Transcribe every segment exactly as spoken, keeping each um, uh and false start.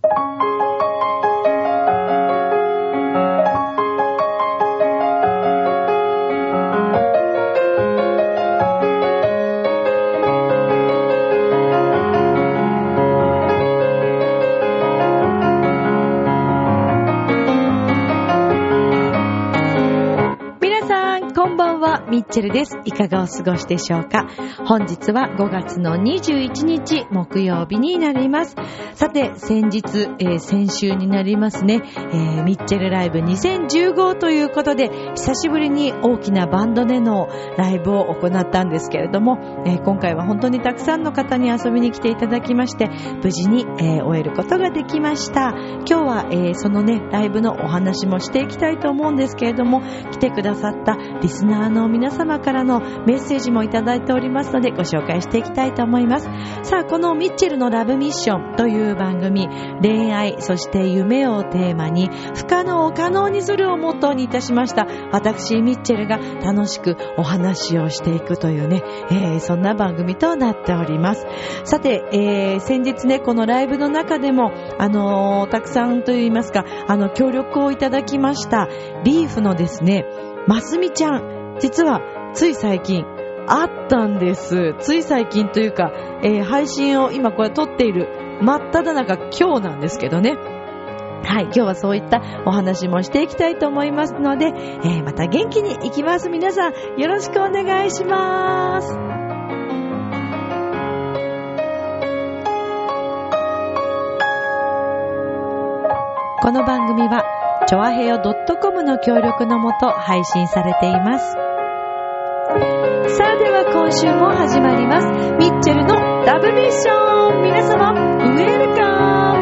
ミッチェルです。いかがお過ごしでしょうか。本日はごがつのにじゅういちにち木曜日になります。さて先日、えー、先週になりますね、えー、ミッチェルライブにせんじゅうごということで久しぶりに大きなバンドでのライブを行ったんですけれども、えー、今回は本当にたくさんの方に遊びに来ていただきまして無事に、えー、終えることができました。今日は、えー、そのねライブのお話もしていきたいと思うんですけれども、来てくださったリスナーの皆様からのメッセージもいただいておりますのでご紹介していきたいと思います。さあ、このミッチェルのラブミッションという番組、恋愛そして夢をテーマに不可能を可能にするをモットーにいたしました私ミッチェルが楽しくお話をしていくというね、えー、そんな番組となっております。さて、えー、先日ねこのライブの中でもあのー、たくさんといいますかあの協力をいただきましたリーフのですねますみちゃん、実はつい最近あったんです。つい最近というか、えー、配信を今これ撮っている真っ只中今日なんですけどね。はい、今日はそういったお話もしていきたいと思いますので、えー、また元気にいきます。皆さんよろしくお願いします。この番組はチョアヘヨ .com の協力のもと配信されています。さあでは今週も始まります。ミッチェルのラブミッション、皆様ウェルカ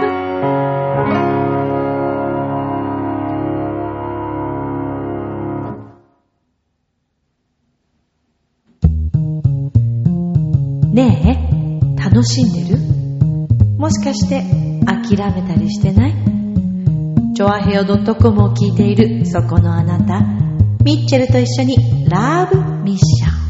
ム。ねえ、楽しんでる？もしかして諦めたりしてない？チョアヘヨ .com を聞いているそこのあなた、ミッチェルと一緒にラブミッション。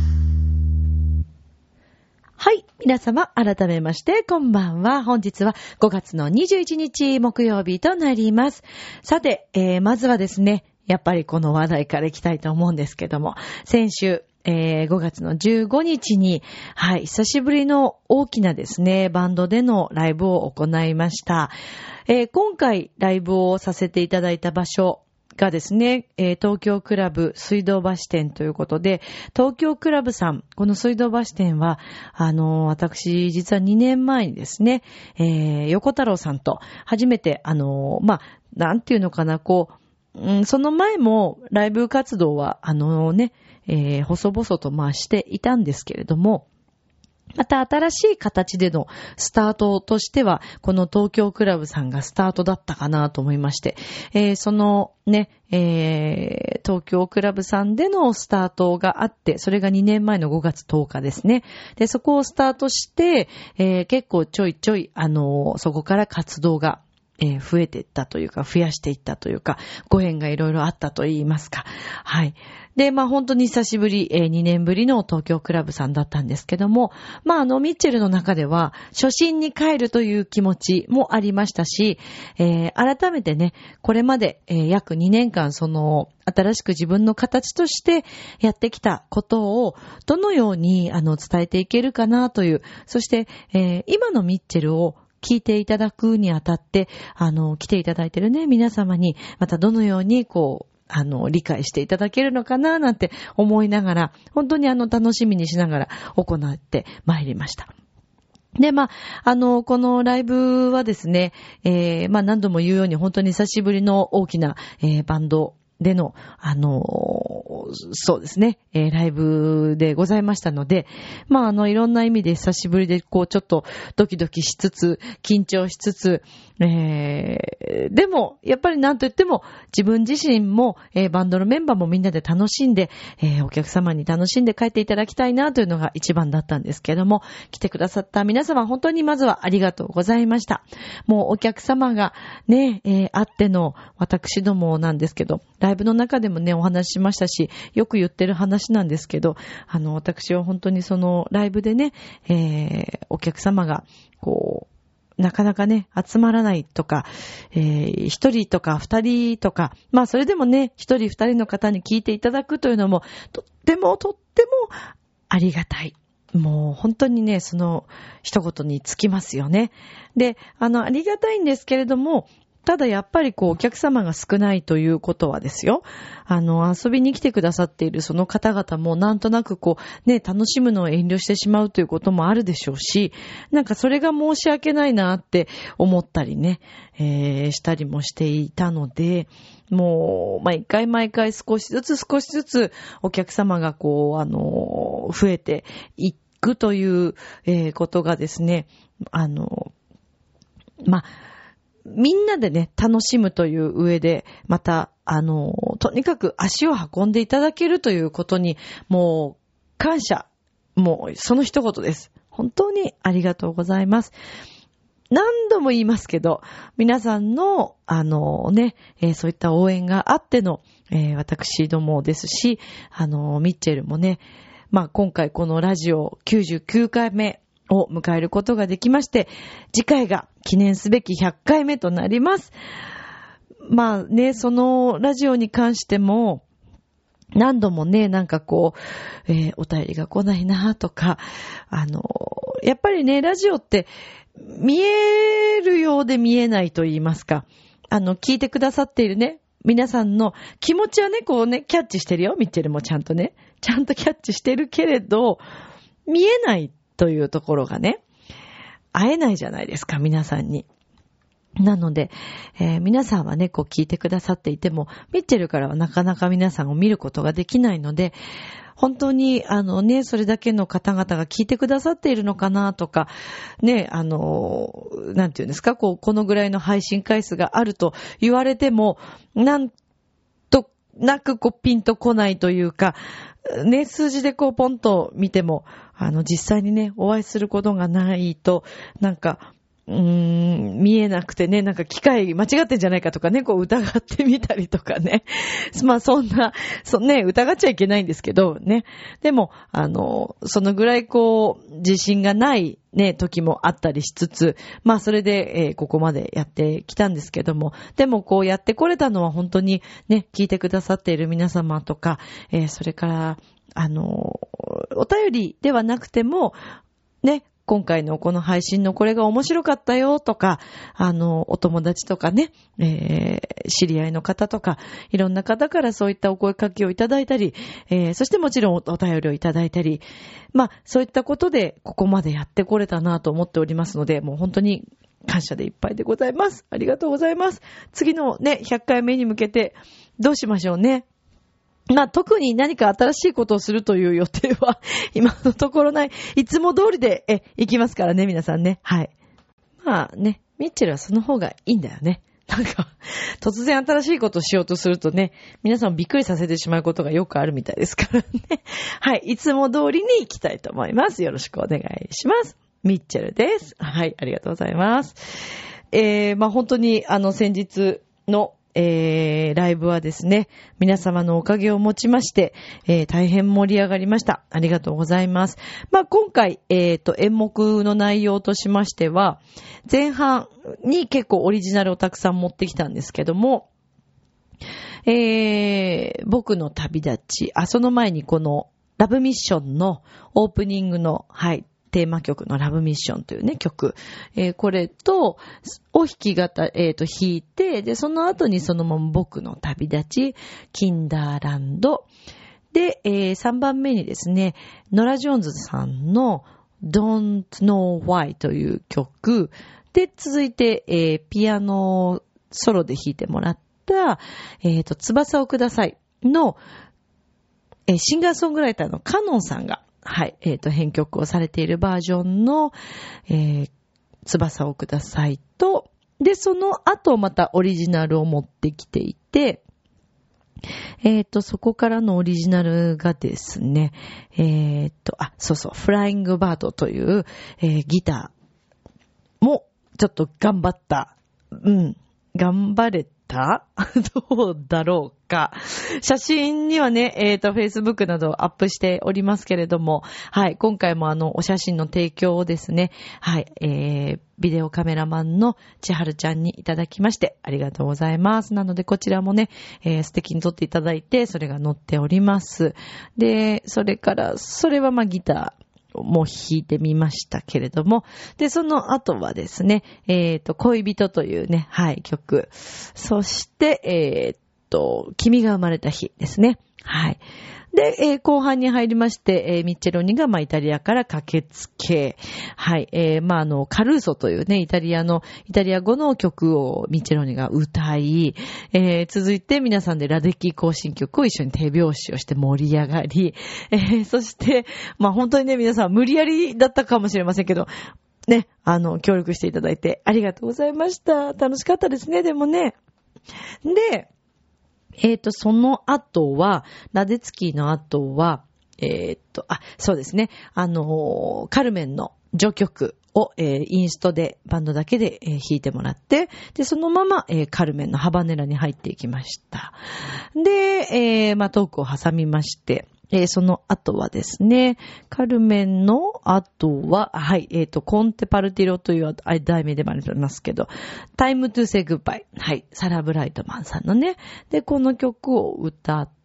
はい、皆様改めましてこんばんは。本日はごがつのにじゅういちにち木曜日となります。さて、えー、まずはですねやっぱりこの話題からいきたいと思うんですけども、先週えー、ごがつのじゅうごにちに、はい、久しぶりの大きなですね、バンドでのライブを行いました。えー、今回ライブをさせていただいた場所がですね、えー、東京クラブ水道橋店ということで、東京クラブさん、この水道橋店は、あのー、私、実はにねんまえにですね、えー、横太郎さんと初めて、あのー、まあ、なんていうのかな、こう、うん、その前もライブ活動は、あのー、ね、えー、細々とまあしていたんですけれども、また新しい形でのスタートとしては、この東京クラブさんがスタートだったかなと思いまして、えー、そのね、えー、東京クラブさんでのスタートがあって、それがにねんまえのごがつとおかですね。で、そこをスタートして、えー、結構ちょいちょい、あのー、そこから活動がえー、増えていったというか、増やしていったというか、ご縁がいろいろあったと言いますか。はい。で、まあ本当に久しぶり、えー、にねんぶりの東京クラブさんだったんですけども、まああのミッチェルの中では、初心に帰るという気持ちもありましたし、えー、改めてね、これまで、えー、約にねんかんその、新しく自分の形としてやってきたことを、どのようにあの伝えていけるかなという、そして、えー、今のミッチェルを聞いていただくにあたって、あの、来ていただいているね、皆様に、またどのように、こう、あの、理解していただけるのかな、なんて思いながら、本当にあの、楽しみにしながら行ってまいりました。で、まあ、あの、このライブはですね、えー、まあ、何度も言うように、本当に久しぶりの大きな、えー、バンド、での、あのー、そうですね、えー、ライブでございましたので、まあ、あの、いろんな意味で久しぶりで、こう、ちょっとドキドキしつつ、緊張しつつ、えー、でも、やっぱりなんといっても、自分自身も、えー、バンドのメンバーもみんなで楽しんで、えー、お客様に楽しんで帰っていただきたいなというのが一番だったんですけれども、来てくださった皆様、本当にまずはありがとうございました。もうお客様がね、えー、あっての私どもなんですけど、ライブの中でもね、お話ししましたし、よく言ってる話なんですけど、あの、私は本当にそのライブでね、えー、お客様が、こう、 なかなかね、集まらないとか、えー、一人とか二人とか、まあそれでもね、一人二人の方に聞いていただくというのも、とってもとってもありがたい。もう本当にね、その一言につきますよね。で、あの、ありがたいんですけれども、ただやっぱりこうお客様が少ないということはですよ。あの遊びに来てくださっているその方々もなんとなくこうね楽しむのを遠慮してしまうということもあるでしょうし、なんかそれが申し訳ないなって思ったりね、えー、したりもしていたので、もう毎回毎回少しずつ少しずつお客様がこうあの増えていくという、えー、ことがですね、あのまあみんなでね、楽しむという上で、また、あの、とにかく足を運んでいただけるということに、もう、感謝。もう、その一言です。本当にありがとうございます。何度も言いますけど、皆さんの、あのね、えー、そういった応援があっての、えー、私どもですし、あの、ミッチェルもね、まあ、今回このラジオきゅうじゅうきゅうかいめ、を迎えることができまして、次回が記念すべきひゃっかいめとなります。まあね、そのラジオに関しても、何度もね、なんかこう、えー、お便りが来ないなとか、あの、やっぱりね、ラジオって見えるようで見えないと言いますか、あの、聞いてくださっているね、皆さんの気持ちはね、こうね、キャッチしてるよ、ミッチェルもちゃんとね、ちゃんとキャッチしてるけれど、見えないというところがね、会えないじゃないですか、皆さんに。なので、えー、皆さんはね、こう聞いてくださっていても、ミッチェルからはなかなか皆さんを見ることができないので、本当に、あのね、それだけの方々が聞いてくださっているのかなとか、ね、あの、なんていうんですか、こう、このぐらいの配信回数があると言われても、なんとなくこうピンとこないというか、ね、数字でこうポンと見ても、あの、実際にね、お会いすることがないと、なんか、うーん、見えなくてね、なんか機械間違ってんじゃないかとかね、こう疑ってみたりとかね。まあそんな、そね、疑っちゃいけないんですけどね。でも、あの、そのぐらいこう、自信がないね、時もあったりしつつ、まあそれで、えー、ここまでやってきたんですけども、でもこうやってこれたのは本当にね、聞いてくださっている皆様とか、えー、それから、あの、お便りではなくても、ね、今回のこの配信のこれが面白かったよとか、あの、お友達とかね、えー、知り合いの方とか、いろんな方からそういったお声掛けをいただいたり、えー、そしてもちろんお便りをいただいたり、まあ、そういったことでここまでやってこれたなと思っておりますので、もう本当に感謝でいっぱいでございます。ありがとうございます。次のね、ひゃっかいめに向けてどうしましょうね。まあ特に何か新しいことをするという予定は今のところない。いつも通りでえ行きますからね、皆さんね。はい。まあね、ミッチェルはその方がいいんだよね。なんか突然新しいことをしようとするとね、皆さんをびっくりさせてしまうことがよくあるみたいですからね。はい、いつも通りに行きたいと思います。よろしくお願いします。ミッチェルです。はい、ありがとうございます。えー、まあ本当にあの先日のえー、ライブはですね、皆様のおかげをもちまして、えー、大変盛り上がりました。ありがとうございます。まあ、今回、えっと、演目の内容としましては、前半に結構オリジナルをたくさん持ってきたんですけども、えー、僕の旅立ち、あ、その前にこのラブミッションのオープニングの、はい、テーマ曲のラブミッションというね、曲。えー、これと、を弾き語、えっと、弾いて、で、その後にそのまま僕の旅立ち、キンダーランド。で、えー、さんばんめにですね、ノラ・ジョーンズさんの Don't Know Why という曲。で、続いて、えー、ピアノソロで弾いてもらった、えっと、翼をくださいの、えー、シンガーソングライターのカノンさんが、はい、えっと、編曲をされているバージョンの、えー、翼をくださいと、で、その後またオリジナルを持ってきていて、えっと、そこからのオリジナルがですね、えっと、あ、そうそう、フライングバードという、えー、ギターもちょっと頑張った、うん、頑張れたたどうだろうか。写真にはね、えっと、Facebook などをアップしておりますけれども、はい、今回もあの、お写真の提供をですね、はい、えー、ビデオカメラマンの千春ちゃんにいただきまして、ありがとうございます。なので、こちらもね、えー、素敵に撮っていただいて、それが載っております。で、それから、それはまあ、ギター、もう弾いてみましたけれども。で、その後はですね、えっと、恋人というね、はい、曲。そして、えっと、君が生まれた日ですね。はい。で、えー、後半に入りまして、えー、ミッチェロニが、まあ、イタリアから駆けつけ、はい、えー、まあ、あの、カルーソというね、イタリアの、イタリア語の曲をミッチェロニが歌い、えー、続いて皆さんでラデッキー行進曲を一緒に手拍子をして盛り上がり、えー、そして、まあ、本当にね、皆さん無理やりだったかもしれませんけど、ね、あの、協力していただいてありがとうございました。楽しかったですね、でもね。で、えっと、その後は、ラデツキーの後は、えっと、あ、そうですね。あの、カルメンの序曲を、えー、インストで、バンドだけで、えー、弾いてもらって、で、そのまま、えー、カルメンのハバネラに入っていきました。で、えー、まあ、トークを挟みまして、えー、その後はですね、カルメンの後は、はい、えっと、コンテパルティロという題名でもありますけど、タイムトゥセイグッバイ。はい、サラ・ブライトマンさんのね。で、この曲を歌って、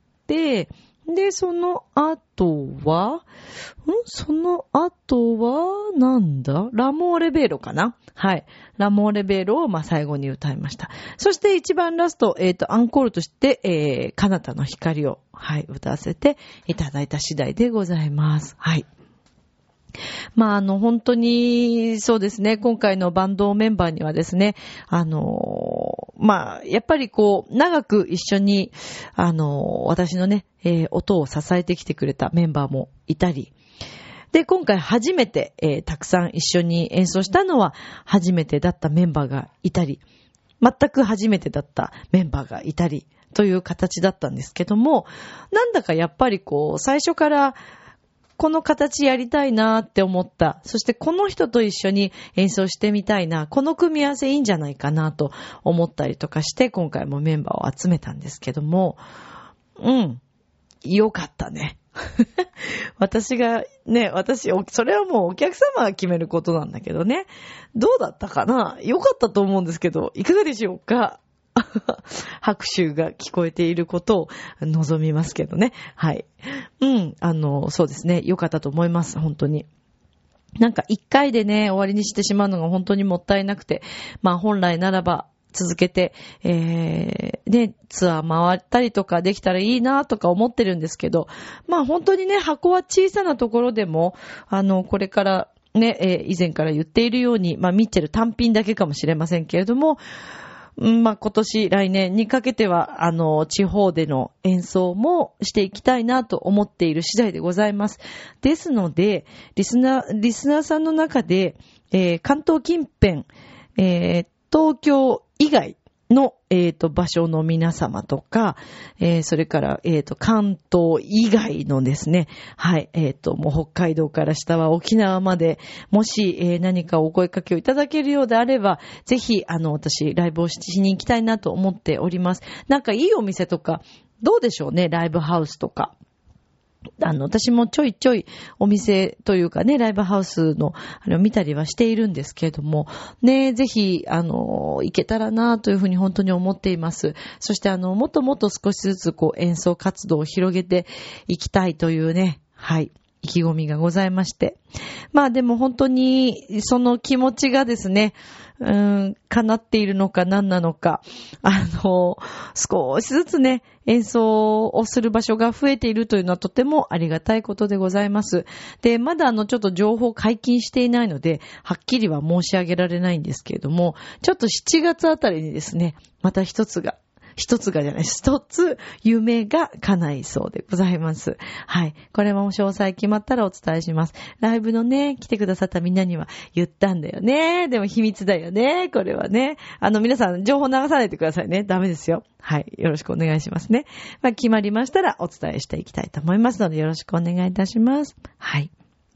で、その後は、んその後は、なんだラモーレベーロかなはい。ラモーレベーロを、まあ、最後に歌いました。そして一番ラスト、えっと、アンコールとして、えー、彼方の光を、はい、歌わせていただいた次第でございます。はい。まあ、あの、本当に、そうですね、今回のバンドメンバーにはですね、あの、まあ、やっぱりこう、長く一緒に、あの、私のね、えー、音を支えてきてくれたメンバーもいたり、で、今回初めて、えー、たくさん一緒に演奏したのは、初めてだったメンバーがいたり、全く初めてだったメンバーがいたり、という形だったんですけども、なんだかやっぱりこう、最初から、この形やりたいなって思った。そしてこの人と一緒に演奏してみたいな。この組み合わせいいんじゃないかなと思ったりとかして、今回もメンバーを集めたんですけども、うん。よかったね。私がね、私、それはもうお客様が決めることなんだけどね。どうだったかな？よかったと思うんですけど、いかがでしょうか？拍手が聞こえていることを望みますけどね。はい。うん。あの、そうですね。良かったと思います。本当に。なんか一回でね、終わりにしてしまうのが本当にもったいなくて、まあ本来ならば続けて、えー、ね、ツアー回ったりとかできたらいいなとか思ってるんですけど、まあ本当にね、箱は小さなところでも、あの、これからね、えー、以前から言っているように、まあミッチェル単品だけかもしれませんけれども、まあ、今年、来年にかけては、あの、地方での演奏もしていきたいなと思っている次第でございます。ですので、リスナー、リスナーさんの中で、えー、関東近辺、えー、東京以外の、えっと、場所の皆様とか、えー、それから、えっと、関東以外のですね、はい、えっと、もう北海道から下は沖縄まで、もし、えー、何かお声掛けをいただけるようであれば、ぜひ、あの、私、ライブをしに行きたいなと思っております。なんかいいお店とか、どうでしょうね、ライブハウスとか。あの、私もちょいちょいお店というかね、ライブハウスの、あれを見たりはしているんですけれども、ね、ぜひ、あの、行けたらなというふうに本当に思っています。そして、あの、もっともっと少しずつ、こう、演奏活動を広げていきたいというね、はい、意気込みがございまして。まあでも本当に、その気持ちがですね、うーん、叶っているのか何なのか、あの、少しずつね、演奏をする場所が増えているというのはとてもありがたいことでございます。で、まだあの、ちょっと情報解禁していないので、はっきりは申し上げられないんですけれども、ちょっとしちがつあたりにですね、また一つが、一つがじゃない、一つ夢が叶いそうでございます。はい。これも詳細決まったらお伝えします。ライブのね、来てくださったみんなには言ったんだよね。でも秘密だよね。これはね。あの皆さん情報流さないでくださいね。ダメですよ。はい。よろしくお願いしますね。まあ、決まりましたらお伝えしていきたいと思いますのでよろしくお願いいたします。はい。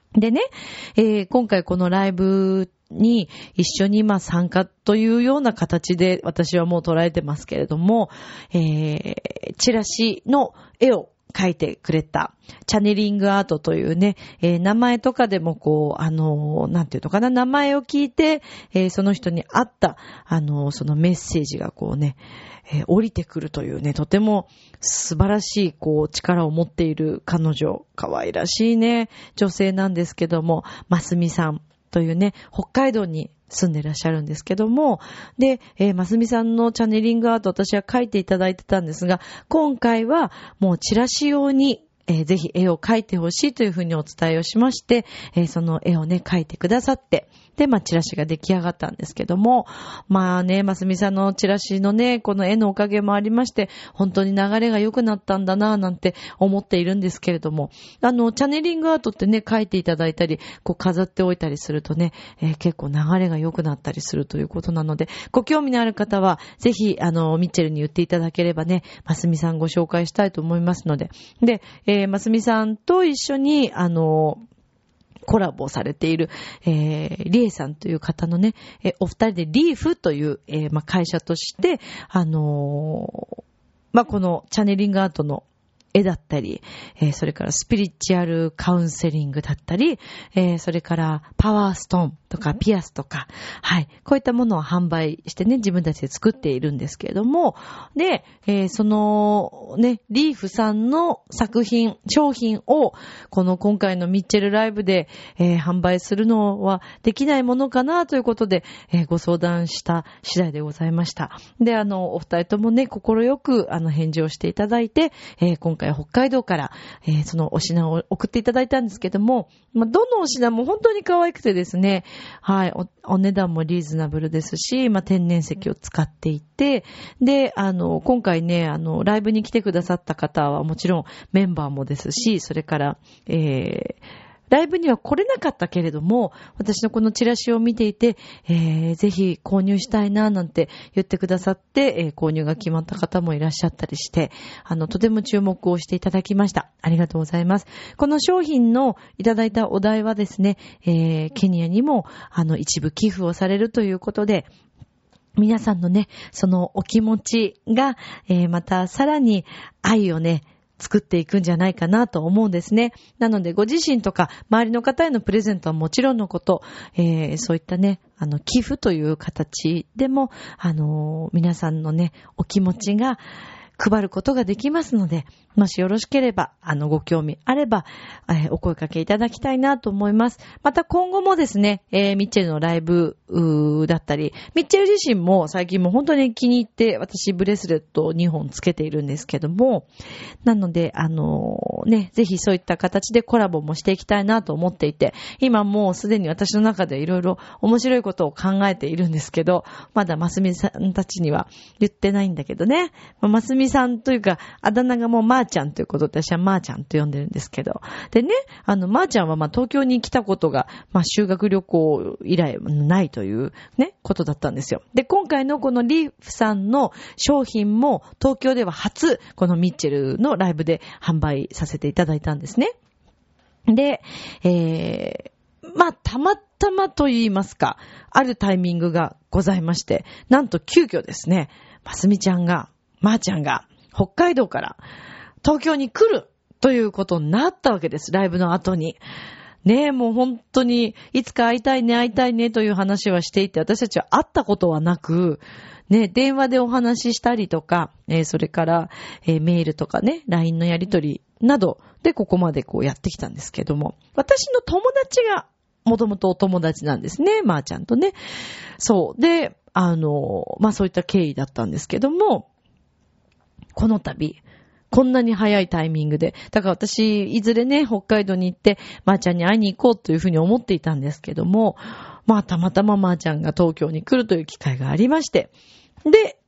でね、えー、今回このライブに一緒にまあ参加というような形で私はもう捉えてますけれども、えー、チラシの絵を描いてくれたチャネリングアートというね、えー、名前とかでもこう、あのー、なんていうのかな、名前を聞いて、えー、その人に合った、あのー、そのメッセージがこうね、えー、降りてくるというね、とても素晴らしいこう力を持っている彼女、可愛らしいね、女性なんですけども、ますみさんというね、北海道に住んでいらっしゃるんですけども、で、えー、ますみさんのチャネリングアート私は描いていただいてたんですが、今回はもうチラシ用にえー、ぜひ絵を描いてほしいというふうにお伝えをしまして、えー、その絵をね、描いてくださって、で、まあ、チラシが出来上がったんですけども、まあね、ますみさんのチラシのね、この絵のおかげもありまして、本当に流れが良くなったんだなぁなんて思っているんですけれども、あの、チャネリングアートってね、描いていただいたり、こう飾っておいたりするとね、えー、結構流れが良くなったりするということなので、ご興味のある方は、ぜひ、あの、ミッチェルに言っていただければね、ますみさんご紹介したいと思いますので、で、えー、ますみさんと一緒に、あの、コラボされている、えー、リエさんという方のね、えー、お二人でリーフという、えー、まあ、会社として、あのー、まあ、このチャネリングアートの絵だったり、えー、それからスピリチュアルカウンセリングだったり、えー、それからパワーストーンとかピアスとか、はい、こういったものを販売してね、自分たちで作っているんですけれども、で、えー、そのね、リーフさんの作品、商品をこの今回のミッチェルライブで、えー、販売するのはできないものかなということで、えー、ご相談した次第でございました。で、あの、お二人ともね、心よくあの返事をしていただいて、えー、今回北海道から、えー、そのお品を送っていただいたんですけども、まあ、どのお品も本当に可愛くてですね、はい、お、お値段もリーズナブルですし、まあ、天然石を使っていて、で、あの、今回ね、あの、ライブに来てくださった方はもちろんメンバーもですし、それから、えー、ライブには来れなかったけれども、私のこのチラシを見ていて、えー、ぜひ購入したいななんて言ってくださって、えー、購入が決まった方もいらっしゃったりして、あの、とても注目をしていただきました。ありがとうございます。この商品のいただいたお題はですね、えー、ケニアにも、あの、一部寄付をされるということで、皆さんのね、そのお気持ちが、えー、またさらに愛をね、作っていくんじゃないかなと思うんですね。なのでご自身とか周りの方へのプレゼントはもちろんのこと、えー、そういったね、あの寄付という形でも、あのー、皆さんのね、お気持ちが配ることができますので、もしよろしければ、あの、ご興味あれば、えー、お声掛けいただきたいなと思います。また今後もですね、えー、ミッチェルのライブだったり、ミッチェル自身も最近も本当に気に入って、私ブレスレットをにほんつけているんですけども、なので、あのー、ね、ぜひそういった形でコラボもしていきたいなと思っていて、今もうすでに私の中でいろいろ面白いことを考えているんですけど、まだマスミさんたちには言ってないんだけどね、マスミさんというか、あだ名がもうまーちゃんということで、私はまーちゃんと呼んでるんですけど。でね、あの、まーちゃんはまあ東京に来たことが、まあ修学旅行以来ないというね、ことだったんですよ。で、今回のこのリーフさんの商品も東京では初、このミッチェルのライブで販売させていただいたんですね。で、えー、まあ、たまたまと言いますか、あるタイミングがございまして、なんと急遽ですね、ますみちゃんが、まーちゃんが北海道から東京に来るということになったわけです。ライブの後に。ねえ、もう本当にいつか会いたいね、会いたいねという話はしていて、私たちは会ったことはなく、ね、電話でお話ししたりとか、えー、それから、えー、メールとかね、ライン のやり取りなどでここまでこうやってきたんですけども、私の友達がもともとお友達なんですね、まーちゃんとね。そう。で、あの、まあ、そういった経緯だったんですけども、この度、こんなに早いタイミングで、だから私、いずれね、北海道に行って、まーちゃんに会いに行こうというふうに思っていたんですけども、まあ、たまたままーちゃんが東京に来るという機会がありまして、で、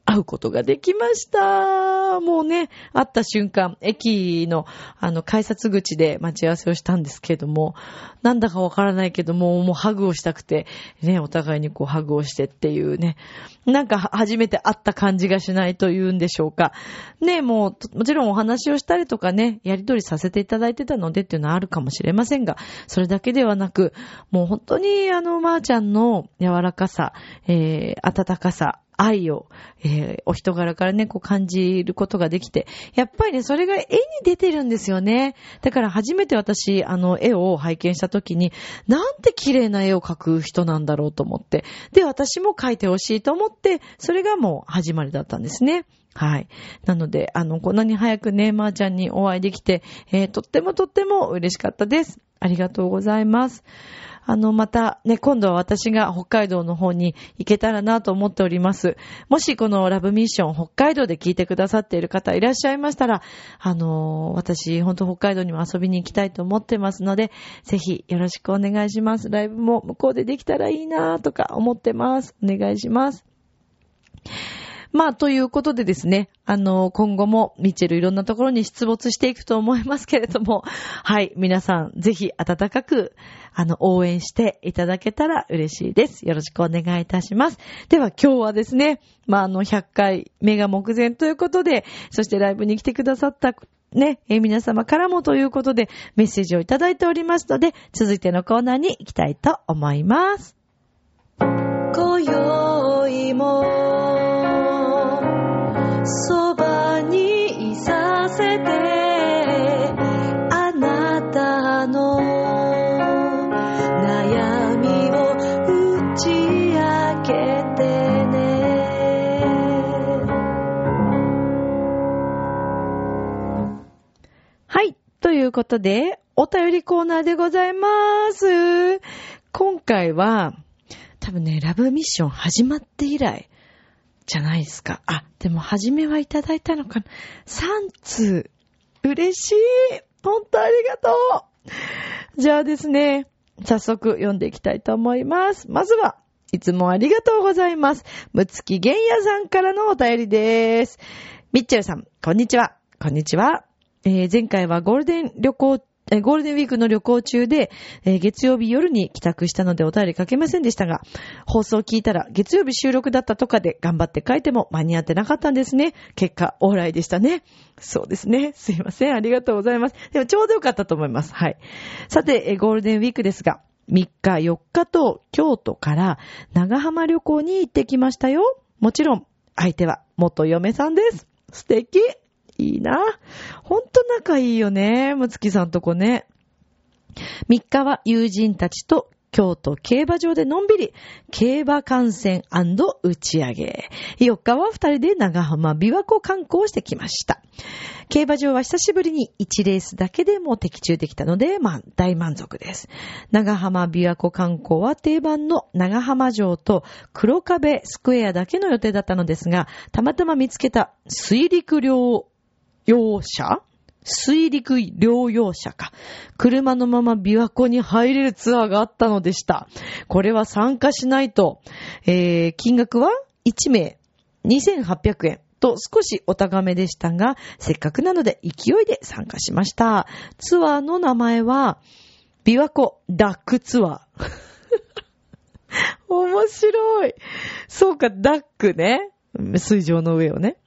会うことができました。もうね、会った瞬間、駅の、あの、改札口で待ち合わせをしたんですけれども、なんだかわからないけども、もうハグをしたくて、ね、お互いにこうハグをしてっていうね、なんか初めて会った感じがしないというんでしょうか。ね、もう、もちろんお話をしたりとかね、やり取りさせていただいてたのでっていうのはあるかもしれませんが、それだけではなく、もう本当にあの、まーちゃんの柔らかさ、えー、温かさ、愛を、えー、お人柄からね、こう感じることができて、やっぱりね、それが絵に出てるんですよね。だから初めて私、あの、絵を拝見したときに、なんて綺麗な絵を描く人なんだろうと思って、で、私も描いてほしいと思って、それがもう始まりだったんですね。はい。なので、あの、こんなに早くね、まーちゃんにお会いできて、えー、とってもとっても嬉しかったです。ありがとうございます。あの、またね、今度は私が北海道の方に行けたらなと思っております。もしこのラブミッション北海道で聞いてくださっている方いらっしゃいましたら、あの、私本当北海道にも遊びに行きたいと思ってますので、ぜひよろしくお願いします。ライブも向こうでできたらいいなとか思ってます。お願いします。まあ、ということでですね、あの、今後もミッチェルいろんなところに出没していくと思いますけれども、はい、皆さんぜひ温かく、あの、応援していただけたら嬉しいです。よろしくお願いいたします。では今日はですね、まあ、あの、ひゃっかいめが目前ということで、そしてライブに来てくださったね、えー、皆様からもということでメッセージをいただいておりますので、続いてのコーナーに行きたいと思います。今宵もそばにいさせてあなたの悩みを打ち明けてね。はい、ということでお便りコーナーでございます。今回は多分ね、ラブミッション始まって以来じゃないですか。あ、でも初めはいただいたのかな。さんつう。嬉しい。本当ありがとう。じゃあですね、早速読んでいきたいと思います。まずはいつもありがとうございます。むつきげんやさんからのお便りです。ミッチェルさん、こんにちは。こんにちは。えー、前回はゴールデン旅行ゴールデンウィークの旅行中で、えー、月曜日夜に帰宅したのでお便り書けませんでしたが、放送を聞いたら月曜日収録だったとかで頑張って書いても間に合ってなかったんですね。結果、オーライでしたね。そうですね。すいません。ありがとうございます。でもちょうどよかったと思います。はい。さて、えー、ゴールデンウィークですが、みっかよっかと京都から長浜旅行に行ってきましたよ。もちろん、相手は元嫁さんです。素敵。いいな。ほんと仲いいよね。むつきさんとこね。みっかは友人たちと京都競馬場でのんびり競馬観戦&打ち上げ。よっかはふたりで長浜琵琶湖観光してきました。競馬場は久しぶりにいちレースだけでも的中できたので、まあ大満足です。長浜琵琶湖観光は定番の長浜城と黒壁スクエアだけの予定だったのですが、たまたま見つけた水陸両用車水陸療養者か。車のまま琵琶湖に入れるツアーがあったのでした。これは参加しないと。えー、金額はいちめいにせんはっぴゃくえんと少しお高めでしたが、せっかくなので勢いで参加しました。ツアーの名前は、琵琶湖ダックツアー。面白い。そうか、ダックね。水上の上をね。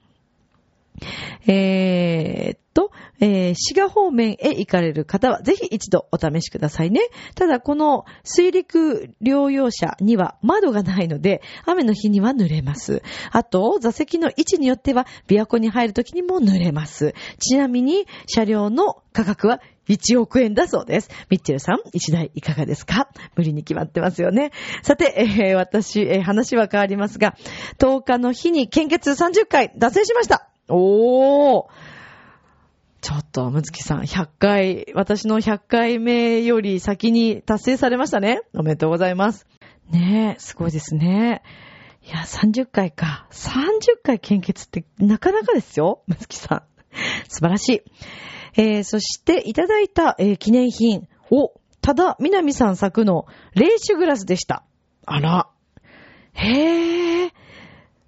えーっと、えー、滋賀方面へ行かれる方はぜひ一度お試しくださいね。ただこの水陸療養車には窓がないので雨の日には濡れます。あと座席の位置によっては琵琶湖に入るときにも濡れます。ちなみに車両の価格はいちおくえんだそうです。ミッチェルさん、一台いかがですか？無理に決まってますよね。さて、えー、私、えー、話は変わりますが、とおかの日に献血さんじゅっかい達成しました。おー。ちょっと、むつきさん、ひゃっかい、私のひゃっかいめより先に達成されましたね。おめでとうございます。ねえ、すごいですね。いや、さんじゅっかいか。さんじゅっかい献血ってなかなかですよ、むつきさん。素晴らしい。えー、そしていただいた、えー、記念品を、ただみなみさん作のレーシュグラスでした。あら。へー。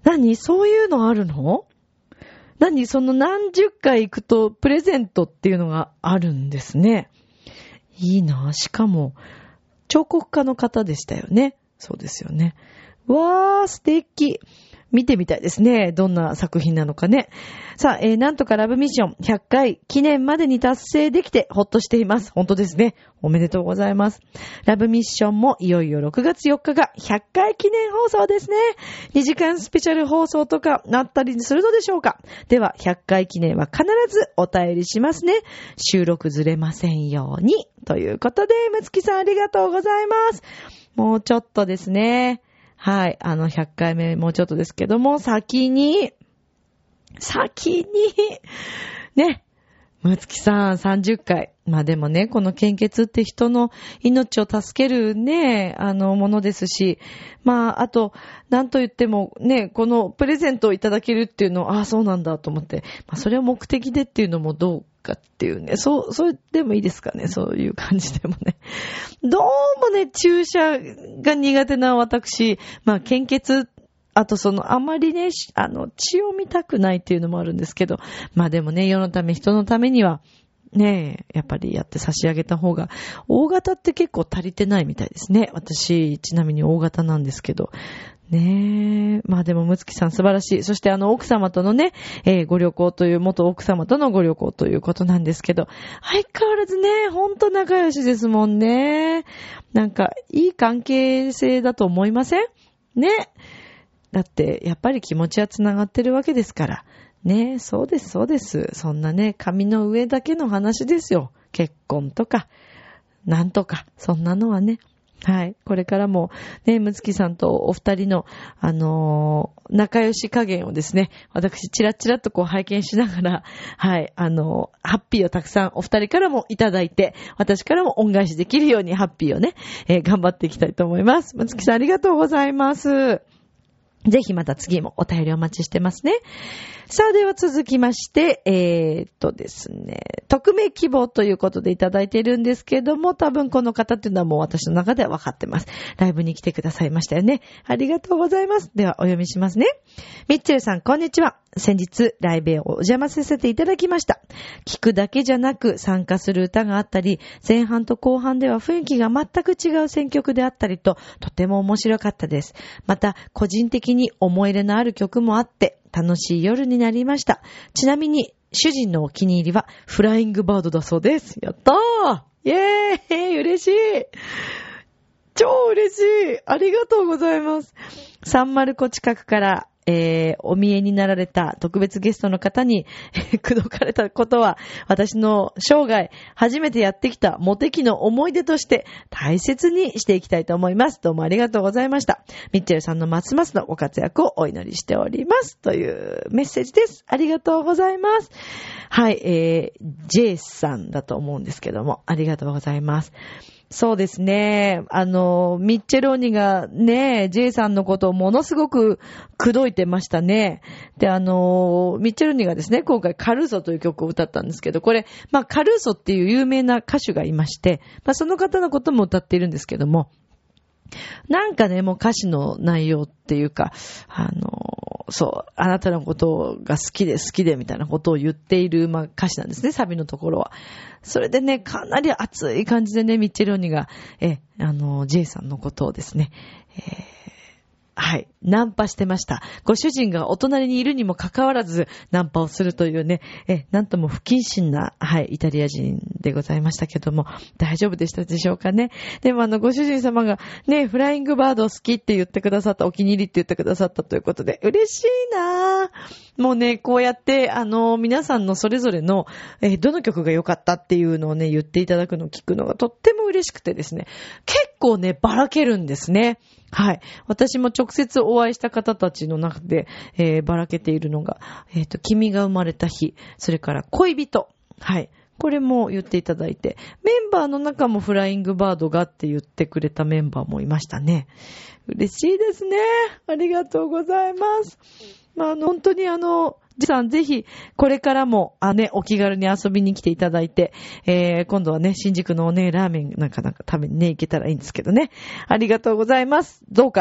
何そういうのあるの？何その何十回行くとプレゼントっていうのがあるんですね。いいな。しかも、彫刻家の方でしたよね。そうですよね。わー、素敵。見てみたいですね。どんな作品なのかね。さあ、えー、なんとかラブミッションひゃっかい記念までに達成できてほっとしています。本当ですね。おめでとうございます。ラブミッションもいよいよろくがつよっかがひゃっかい記念放送ですね。にじかんスペシャル放送とかなったりするのでしょうか。では、ひゃっかい記念は必ずお便りしますね。収録ずれませんように。ということで、むつきさんありがとうございます。もうちょっとですね。はい。あの、ひゃっかいめもうちょっとですけども、先に、先に、ね、むつきさんさんじゅっかい。まあでもね、この献血って人の命を助けるね、あの、ものですし、まあ、あと、なんと言ってもね、このプレゼントをいただけるっていうのを、ああ、そうなんだと思って、まあ、それを目的でっていうのもどうかっていうね、そう、それでもいいですかね、そういう感じでもね。どうもね、注射が苦手な私、まあ、献血、あとその、あまりね、あの、血を見たくないっていうのもあるんですけど、まあでもね、世のため、人のためには、ねえ、やっぱりやって差し上げた方が、大型って結構足りてないみたいですね。私、ちなみに大型なんですけど。ねえ。まあでも、むつきさん素晴らしい。そしてあの、奥様とのね、えー、ご旅行という、元奥様とのご旅行ということなんですけど、相変わらずね、ほんと仲良しですもんね。なんか、いい関係性だと思いません？ね。だって、やっぱり気持ちはつながってるわけですから。ね、そうです、そうです。そんなね、紙の上だけの話ですよ。結婚とか、なんとか、そんなのはね。はい。これからも、ね、むつきさんとお二人の、あのー、仲良し加減をですね、私、チラッチラッとこう拝見しながら、はい、あのー、ハッピーをたくさんお二人からもいただいて、私からも恩返しできるようにハッピーをね、えー、頑張っていきたいと思います。むつきさんありがとうございます。ぜひまた次もお便りお待ちしてますね。さあでは続きまして、えー、っとですね、匿名希望ということでいただいているんですけども、多分この方っていうのはもう私の中では分かってます。ライブに来てくださいましたよね。ありがとうございます。ではお読みしますね。ミッチェルさん、こんにちは。先日、ライブへお邪魔させていただきました。聞くだけじゃなく参加する歌があったり、前半と後半では雰囲気が全く違う選曲であったりと、とても面白かったです。また、個人的に思い入れのある曲もあって、楽しい夜になりました。ちなみに、主人のお気に入りは、フライングバードだそうです。やったー！イェーイ！嬉しい！超嬉しい！ありがとうございます。サンマルコ近くから、えー、お見えになられた特別ゲストの方に口説かれたことは私の生涯初めてやってきたモテ期の思い出として大切にしていきたいと思います。どうもありがとうございました。ミッチェルさんのますますのご活躍をお祈りしておりますというメッセージです。ありがとうございます。はい、えー、J さんだと思うんですけどもありがとうございます。そうですね。あの、ミッチェローニがね、J さんのことをものすごく口説いてましたね。で、あの、ミッチェローニがですね、今回カルーソという曲を歌ったんですけど、これ、まあ、カルーソっていう有名な歌手がいまして、まあ、その方のことも歌っているんですけども、なんかね、もう歌詞の内容っていうか、あの、そう、あなたのことが好きで好きでみたいなことを言っている、まあ、歌詞なんですね、サビのところは。それでね、かなり熱い感じでね、ミッチェローニが、え、あの、J さんのことをですね、えーはい。ナンパしてました。ご主人がお隣にいるにもかかわらずナンパをするというね、え、なんとも不謹慎な、はい、イタリア人でございましたけども、大丈夫でしたでしょうかね。でもあの、ご主人様がね、フライングバード好きって言ってくださった、お気に入りって言ってくださったということで、嬉しいなぁ。もうね、こうやって、あの、皆さんのそれぞれの、え、どの曲が良かったっていうのをね、言っていただくのを聞くのがとっても嬉しくてですね、結構ね、ばらけるんですね。はい。私も直接お会いした方たちの中で、えー、ばらけているのが、えっと、君が生まれた日、それから恋人。はい。これも言っていただいて、メンバーの中もフライングバードがって言ってくれたメンバーもいましたね。嬉しいですね。ありがとうございます。まあ、あの、本当にあの、J さんぜひこれからもあねお気軽に遊びに来ていただいて、えー、今度はね新宿のねラーメンなんかなんか食べにね行けたらいいんですけどね。ありがとうございます。どうか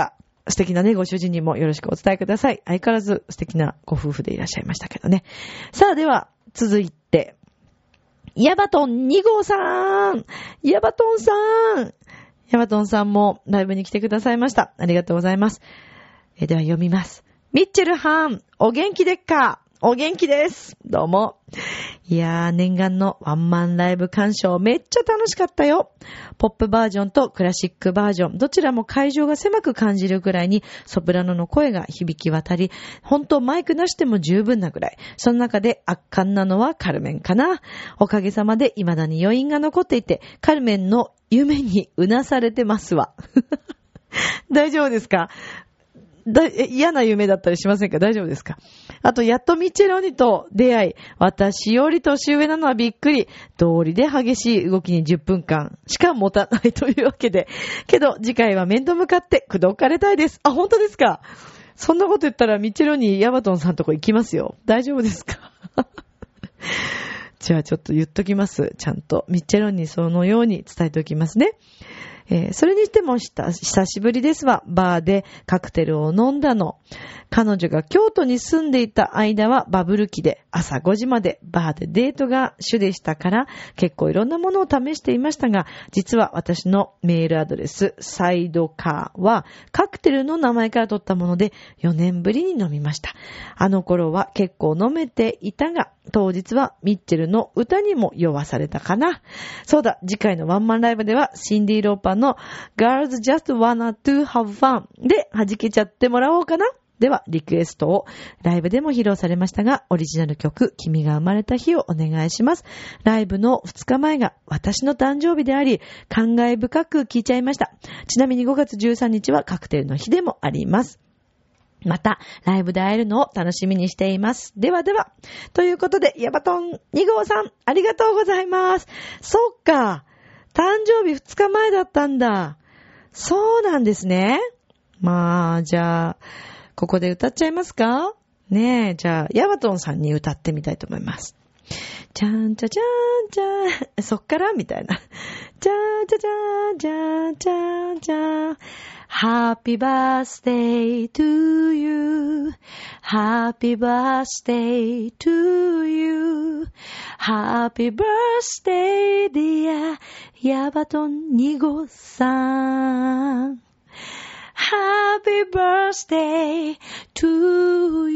素敵なね、ご主人にもよろしくお伝えください。相変わらず素敵なご夫婦でいらっしゃいましたけどね。さあ、では、続いて、ヤバトンに号さんヤバトンさんヤバトンさんもライブに来てくださいました。ありがとうございます。えでは読みます。ミッチェルはん、お元気でっか？お元気です。どうも。いやー、念願のワンマンライブ鑑賞めっちゃ楽しかったよ。ポップバージョンとクラシックバージョン、どちらも会場が狭く感じるくらいにソプラノの声が響き渡り、本当マイクなしでも十分なぐらい。その中で圧巻なのはカルメンかな。おかげさまで未だに余韻が残っていて、カルメンの夢にうなされてますわ。大丈夫ですか？だ嫌な夢だったりしませんか？大丈夫ですか？あと、やっとミッチェロニと出会い、私より年上なのはびっくり。道理で激しい動きにじゅっぷんかんしか持たないというわけで。けど、次回は面と向かって口説かれたいです。あ、本当ですか？そんなこと言ったらミッチェロニ、ヤバトンさんとこ行きますよ。大丈夫ですか？じゃあちょっと言っときます。ちゃんと。ミッチェロニそのように伝えておきますね。えー、それにしても久しぶりですわ。バーでカクテルを飲んだの。彼女が京都に住んでいた間はバブル期で朝ごじまでバーでデートが主でしたから結構いろんなものを試していましたが、実は私のメールアドレスサイドカーはカクテルの名前から取ったものでよねんぶりに飲みました。あの頃は結構飲めていたが、当日はミッチェルの歌にも酔わされたかな。そうだ、次回のワンマンライブではシンディ・ローパーの Girls Just Wanna to Have Fun で弾けちゃってもらおうかな。では、リクエストをライブでも披露されましたが、オリジナル曲、君が生まれた日をお願いします。ライブのふつかまえが私の誕生日であり、感慨深く聴いちゃいました。ちなみにごがつじゅうさんにちはカクテルの日でもあります。また、ライブで会えるのを楽しみにしています。ではでは。ということで、ヤバトンに号さん、ありがとうございます。そっか。誕生日ふつかまえだったんだ。そうなんですね。まあ、じゃあ、ここで歌っちゃいますか？ねえ、じゃあ、ヤバトンさんに歌ってみたいと思います。じゃんちゃじゃんじゃん、そっからみたいな。じゃんちゃじゃんじゃんじゃんじゃん。Happy birthday to you. Happy birthday to you. Happy birthday dear ヤバトンに号さん。Happy birthday to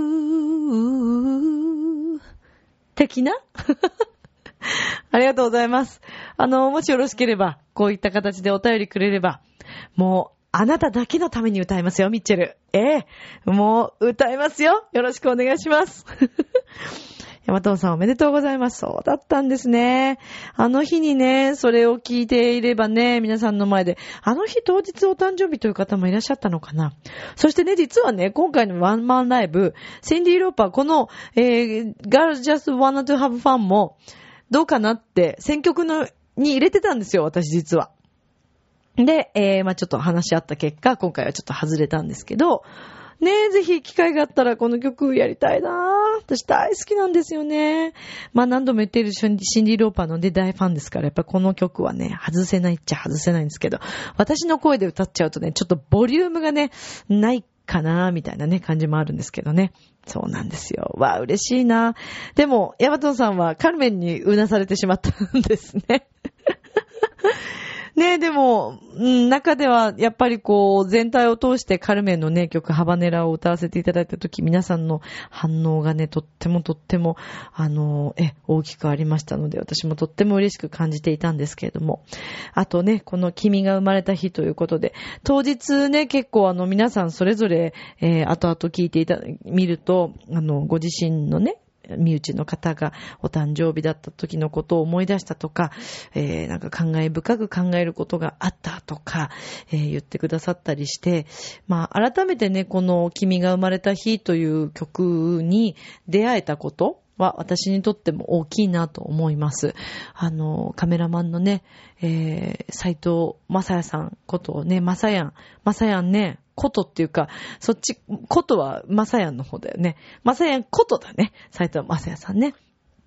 you. 的なありがとうございます。あの、もしよろしければ、こういった形でお便りくれれば、もう、あなただけのために歌いますよ、ミッチェル。ええ、もう、歌いますよ。よろしくお願いします。ヤマトンさんおめでとうございます。そうだったんですね。あの日にね、それを聞いていればね、皆さんの前で、あの日当日お誕生日という方もいらっしゃったのかな。そしてね、実はね、今回のワンマンライブ、シンディ・ローパー、この、えー、Girls Just Wanna to Have Fun も、どうかなって選曲のに入れてたんですよ、私実は。で、えー、まあちょっと話し合った結果、今回はちょっと外れたんですけど、ねえ、ぜひ機会があったらこの曲やりたいなぁ。私大好きなんですよね。まあ何度も言っているシンディ・ローパーのね、大ファンですから、やっぱこの曲はね、外せないっちゃ外せないんですけど、私の声で歌っちゃうとね、ちょっとボリュームがね、ないかなみたいなね、感じもあるんですけどね。そうなんですよ。わあ、嬉しいな。でも、ヤマトンさんはカルメンにうなされてしまったんですね。ねえ、でも、うん、中ではやっぱりこう全体を通してカルメンのね曲ハバネラを歌わせていただいたとき、皆さんの反応がねとってもとってもあのえ大きくありましたので、私もとっても嬉しく感じていたんですけれども、あとねこの君が生まれた日ということで、当日ね結構あの皆さんそれぞれ、えー、後々聞いていた見るとあのご自身のね身内の方がお誕生日だった時のことを思い出したとか、えー、なんか感慨深く考えることがあったとか、えー、言ってくださったりして、まあ改めてねこの君が生まれた日という曲に出会えたことは私にとっても大きいなと思います。あのカメラマンのね、えー、斉藤正也さんことね、正也正也ねことっていうか、そっち、ことは、まさやんの方だよね。まさやんことだね。斉藤まさやさんね。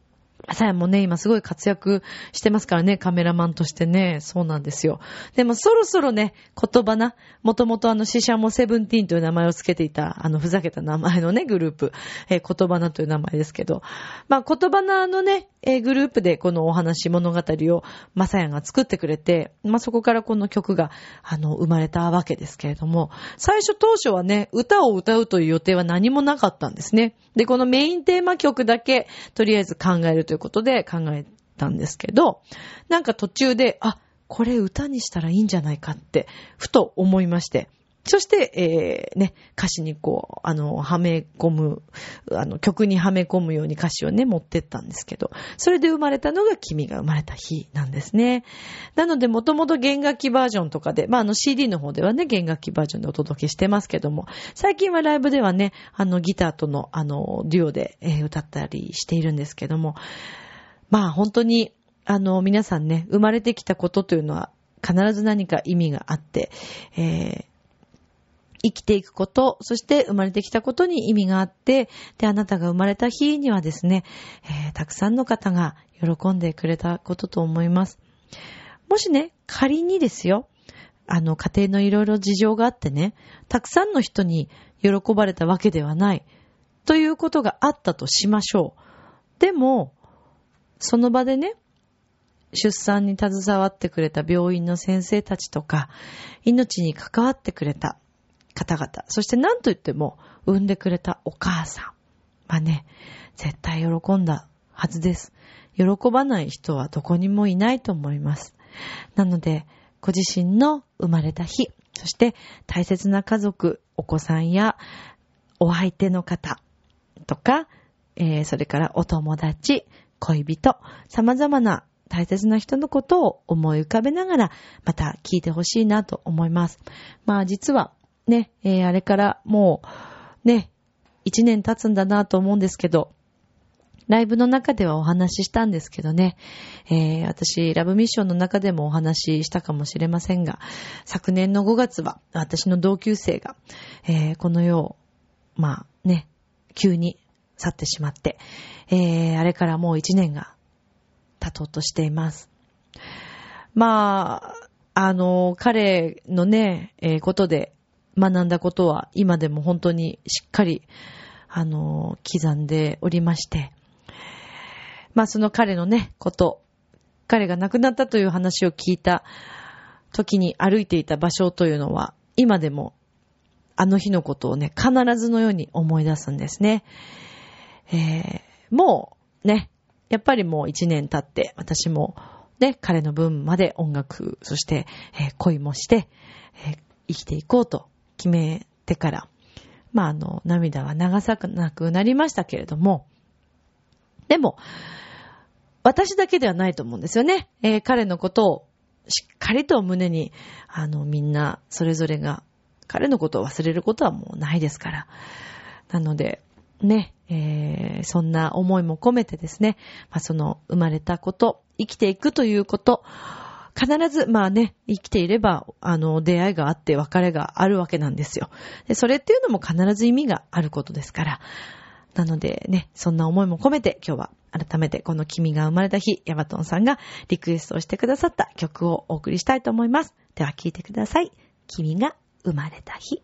朝やもね、今すごい活躍してますからね、カメラマンとしてね。そうなんですよ。でもそろそろね、言葉な、もともとあの、シシャモセブンティーンという名前をつけていた、あの、ふざけた名前のね、グループ、えー、言葉なという名前ですけど、まあ、言葉なのね、えー、グループでこのお話、物語を、まさやが作ってくれて、まあ、そこからこの曲が、あの、生まれたわけですけれども、最初当初はね、歌を歌うという予定は何もなかったんですね。で、このメインテーマ曲だけ、とりあえず考えるということで考えたんですけど、なんか途中で、あ、これ歌にしたらいいんじゃないかって、ふと思いまして、そして、えー、ね、歌詞にこう、あの、はめ込む、あの、曲にはめ込むように歌詞をね、持ってったんですけど、それで生まれたのが君が生まれた日なんですね。なので、もともと弦楽器バージョンとかで、まあ、あの シーディー の方ではね、弦楽器バージョンでお届けしてますけども、最近はライブではね、あの、ギターとの、あの、デュオで、えー、歌ったりしているんですけども、まあ、本当に、あの、皆さんね、生まれてきたことというのは、必ず何か意味があって、えー、生きていくこと、そして生まれてきたことに意味があって、で、あなたが生まれた日にはですね、えー、たくさんの方が喜んでくれたことと思います。もしね、仮にですよ、あの、家庭のいろいろ事情があってね、たくさんの人に喜ばれたわけではない、ということがあったとしましょう。でも、その場でね、出産に携わってくれた病院の先生たちとか、命に関わってくれた方々、そして何と言っても産んでくれたお母さんはね、絶対喜んだはずです。喜ばない人はどこにもいないと思います。なので、ご自身の生まれた日、そして大切な家族、お子さんやお相手の方とか、えー、それからお友達、恋人、様々な大切な人のことを思い浮かべながら、また聞いてほしいなと思います。まあ実はね、えー、あれからもうね、一年経つんだなと思うんですけど、ライブの中ではお話ししたんですけどね、えー、私、ラブミッションの中でもお話ししたかもしれませんが、昨年のごがつは私の同級生が、えー、この世を、まあね、急に去ってしまって、えー、あれからもう一年が経とうとしています。まあ、あの、彼のね、えー、ことで学んだことは今でも本当にしっかり、あの、刻んでおりまして、まあその彼のね、こと、彼が亡くなったという話を聞いた時に歩いていた場所というのは、今でもあの日のことをね、必ずのように思い出すんですね。えー、もうね、やっぱりもう一年経って、私もね、彼の分まで音楽、そして、えー、恋もして、えー、生きていこうと決めてから、まああの、涙は流さなくなりましたけれども、でも、私だけではないと思うんですよね。えー、彼のことをしっかりと胸に、あの、みんなそれぞれが彼のことを忘れることはもうないですから。なので、ね、えー、そんな思いも込めてですね、まあ、その生まれたこと、生きていくということ、必ず、まあね、生きていれば、あの、出会いがあって別れがあるわけなんですよ。で、それっていうのも必ず意味があることですから。なのでね、そんな思いも込めて今日は改めてこの君が生まれた日、ヤバトンさんがリクエストをしてくださった曲をお送りしたいと思います。では聴いてください。君が生まれた日。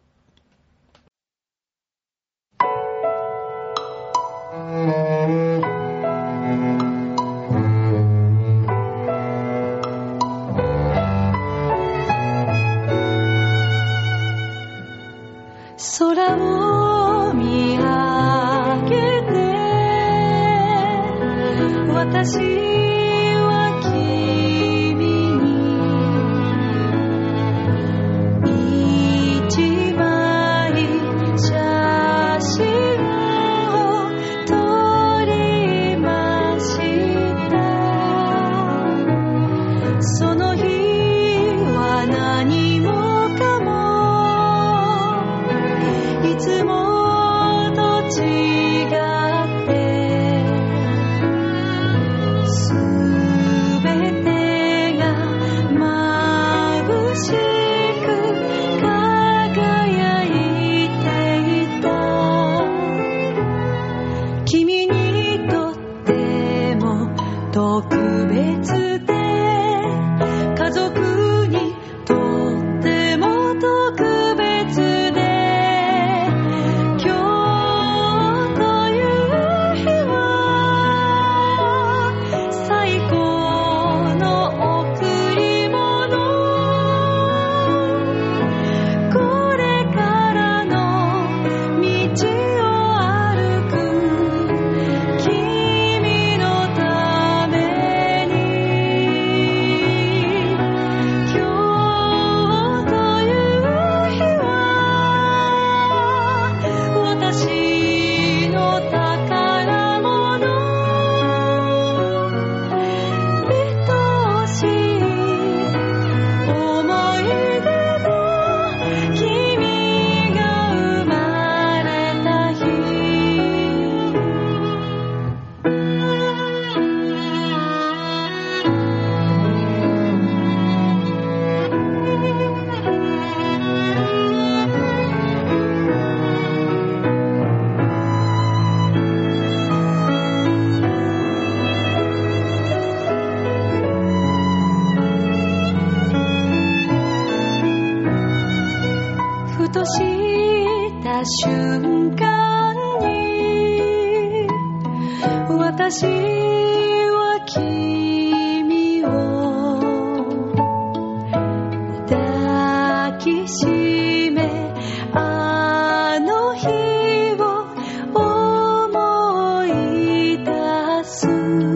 空を見上げて私は君に一番瞬間に私は君を抱きしめあの日を思い出す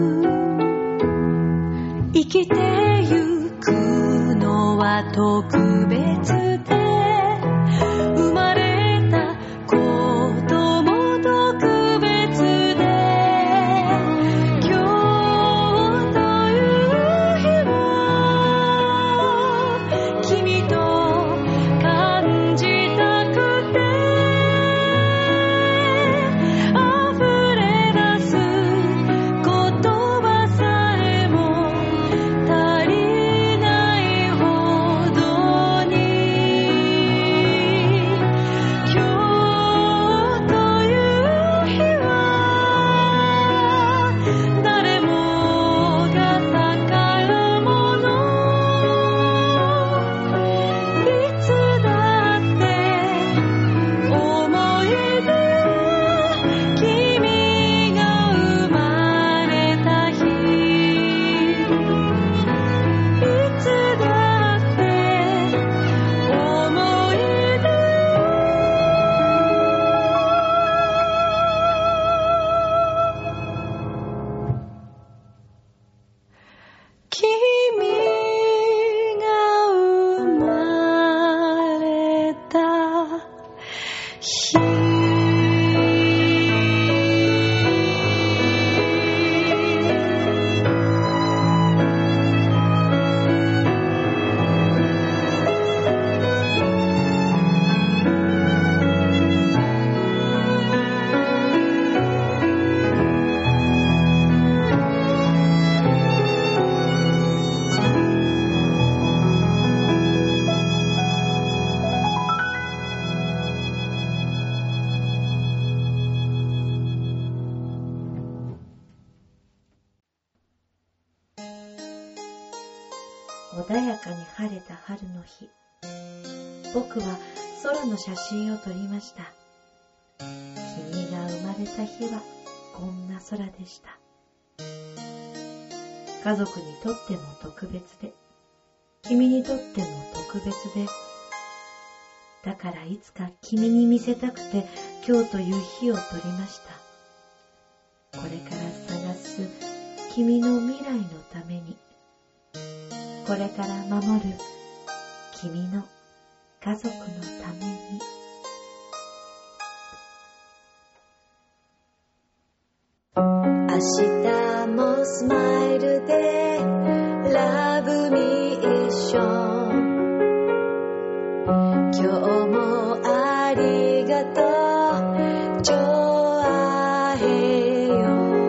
生きてゆくのは特別で生まれたことも特別で今日という日を君と感じたくて溢れ出す言葉さえも足りないほどに今日という日は誰もが宝物いつだって思い出は君が生まれた日いつだって思い出君が生まれた日穏やかに晴れた春の日、僕は空の写真を撮りました。君が生まれた日はこんな空でした。家族にとっても特別で、君にとっても特別で、だからいつか君に見せたくて今日という日を撮りました。これから探す君の未来のために、これから守る君の家族のために。明日もスマイルで Love me 一緒、今日もありがとうちょあへよ。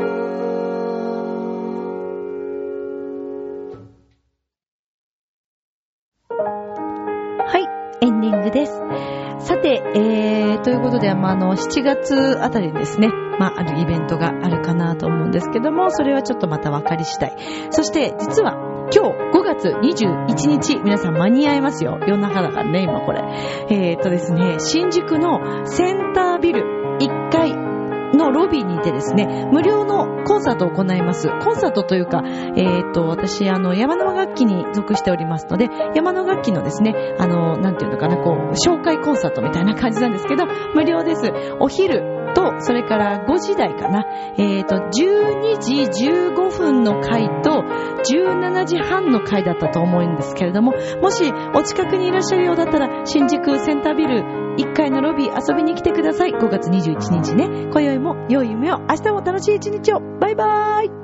はい、エンディングです。さて、えー、ということで、まあ、あのしちがつあたりにですね、まあ、あるイベントがあるかなと思うんですけども、それはちょっとまた分かり次第。そして実は今日ごがつにじゅういちにち、皆さん間に合いますよ。夜中だからね、今これ。えーとですね、新宿のセンタービルいっかいのロビーにてですね、無料のコンサートを行います。コンサートというか、えーと、私、あの、山の楽器に属しておりますので、山の楽器のですね、あの、なんていうのかな、こう、紹介コンサートみたいな感じなんですけど、無料です。お昼と、それからごじ台かな、えーと、じゅうにじじゅうごふんの回と、じゅうしちじはんの回だったと思うんですけれども、もしお近くにいらっしゃるようだったら、新宿センタービルいっかいのロビー遊びに来てください。ごがつにじゅういちにちね。今宵も良い夢を、明日も楽しい一日を。バイバーイ。